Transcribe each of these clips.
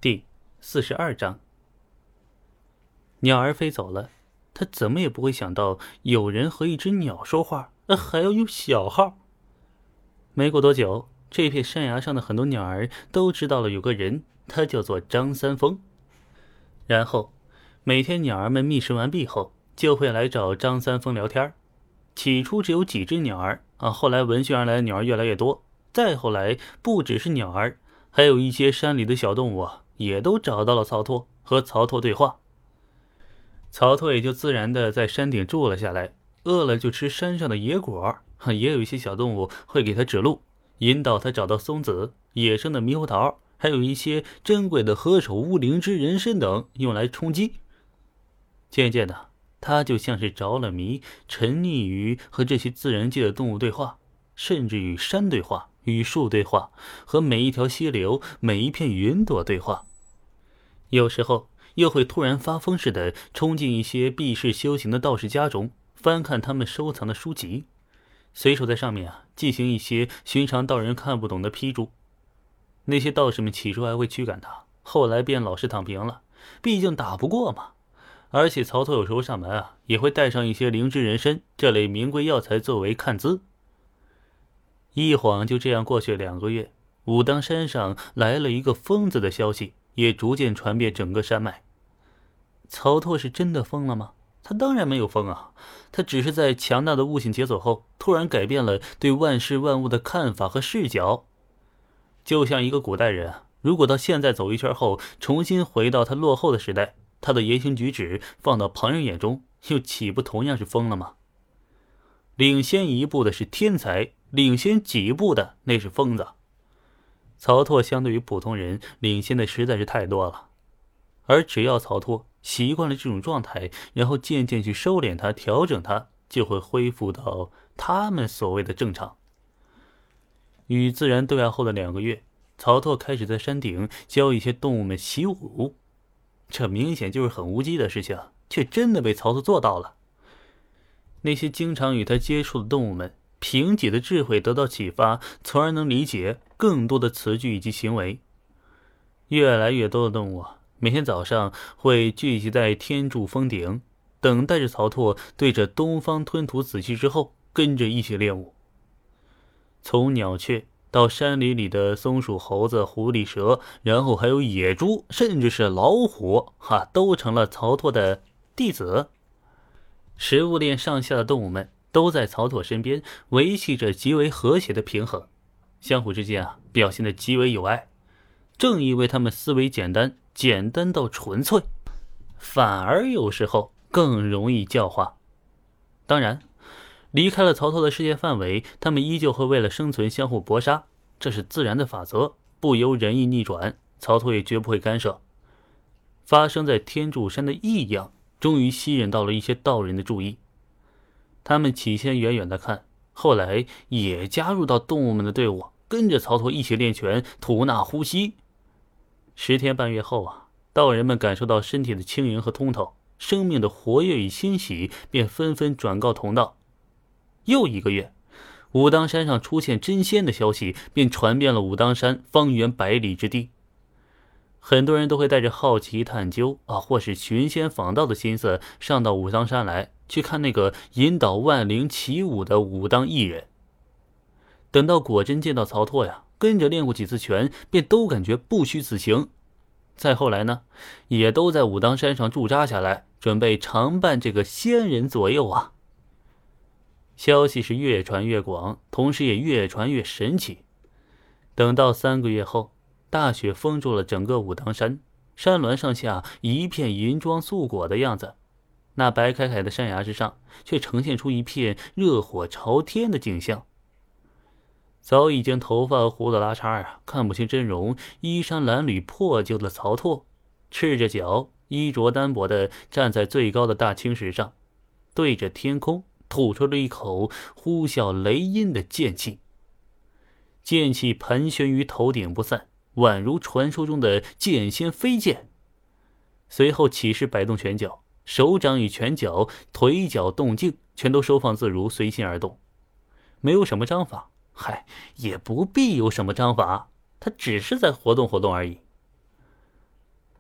第42章。鸟儿飞走了，他怎么也不会想到有人和一只鸟说话，还要用小号。没过多久，这片山崖上的很多鸟儿都知道了有个人，他叫做张三丰。然后每天鸟儿们觅食完毕后，就会来找张三丰聊天。起初只有几只鸟儿后来闻讯而来的鸟儿越来越多，再后来不只是鸟儿，还有一些山里的小动物也都找到了曹拓，和曹拓对话。曹拓也就自然的在山顶住了下来，饿了就吃山上的野果，也有一些小动物会给他指路，引导他找到松子、野生的猕猴桃，还有一些珍贵的何首乌、灵芝、人参等用来充饥。渐渐的，他就像是着了迷，沉溺于和这些自然界的动物对话，甚至与山对话，与树对话，和每一条溪流、每一片云朵对话。有时候又会突然发疯似的冲进一些避世修行的道士家中，翻看他们收藏的书籍，随手在上面进行一些寻常道人看不懂的批注。那些道士们起初还会驱赶他，后来便老实躺平了，毕竟打不过嘛。而且曹操有时候上门也会带上一些灵芝、人参这类名贵药材作为看资。一晃就这样过去2个月，武当山上来了一个疯子的消息也逐渐传遍整个山脉。曹拓是真的疯了吗？他当然没有疯他只是在强大的悟性解锁后，突然改变了对万事万物的看法和视角。就像一个古代人如果到现在走一圈后，重新回到他落后的时代，他的言行举止放到旁人眼中，又岂不同样是疯了吗？领先一步的是天才，领先几步的那是疯子。曹拓相对于普通人领先的实在是太多了，而只要曹拓习惯了这种状态，然后渐渐去收敛它、调整它，就会恢复到他们所谓的正常。与自然对话后的2个月，曹拓开始在山顶教一些动物们习武。这明显就是很无稽的事情，却真的被曹操做到了。那些经常与他接触的动物们，凭己的智慧得到启发，从而能理解更多的词句以及行为。越来越多的动物每天早上会聚集在天柱峰顶，等待着曹拓对着东方吞吐死气之后，跟着一起练武。从鸟雀到山里的松鼠、猴子、狐狸、蛇，然后还有野猪，甚至是老虎都成了曹拓的弟子。食物链上下的动物们都在曹拓身边维系着极为和谐的平衡，相互之间表现得极为有爱。正因为他们思维简单，简单到纯粹，反而有时候更容易教化。当然离开了曹操的世界范围，他们依旧会为了生存相互搏杀，这是自然的法则，不由人意逆转，曹操也绝不会干涉。发生在天柱山的异样终于吸引到了一些道人的注意，他们起先远远的看，后来也加入到动物们的队伍，跟着曹操一起练拳、吐纳呼吸。10天半月后道人们感受到身体的轻盈和通透，生命的活跃与欣喜，便纷纷转告同道。又1个月，武当山上出现真仙的消息便传遍了武当山方圆100里之地。很多人都会带着好奇探究或是寻仙访道的心思上到武当山来，去看那个引导万灵起舞的武当艺人。等到果真见到曹拓跟着练过几次拳，便都感觉不虚此行。再后来呢，也都在武当山上驻扎下来，准备常伴这个仙人左右消息是越传越广，同时也越传越神奇。等到3个月后，大雪封住了整个武当山，山峦上下一片银装素裹的样子，那白凯凯的山崖之上却呈现出一片热火朝天的景象。早已经头发胡子拉碴看不清真容，衣衫褴褛破旧的曹拓，赤着脚，衣着单薄地站在最高的大青石上，对着天空吐出了一口呼啸雷音的剑气。剑气盘旋于头顶不散，宛如传说中的剑仙飞剑。随后起势摆动拳脚，手掌与拳脚、腿脚动静全都收放自如，随心而动，没有什么章法，也不必有什么章法，他只是在活动活动而已。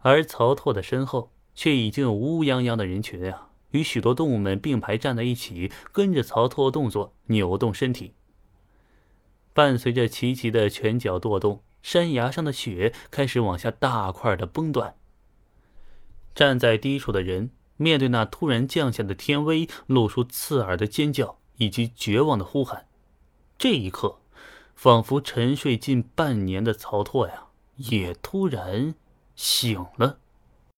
而曹拓的身后却已经有乌泱泱的人群啊，与许多动物们并排站在一起，跟着曹拓动作扭动身体。伴随着齐齐的拳脚跺动，山崖上的雪开始往下大块的崩断。站在低处的人面对那突然降下的天威，露出刺耳的尖叫以及绝望的呼喊。这一刻，仿佛沉睡近半年的曹拓呀，也突然醒了。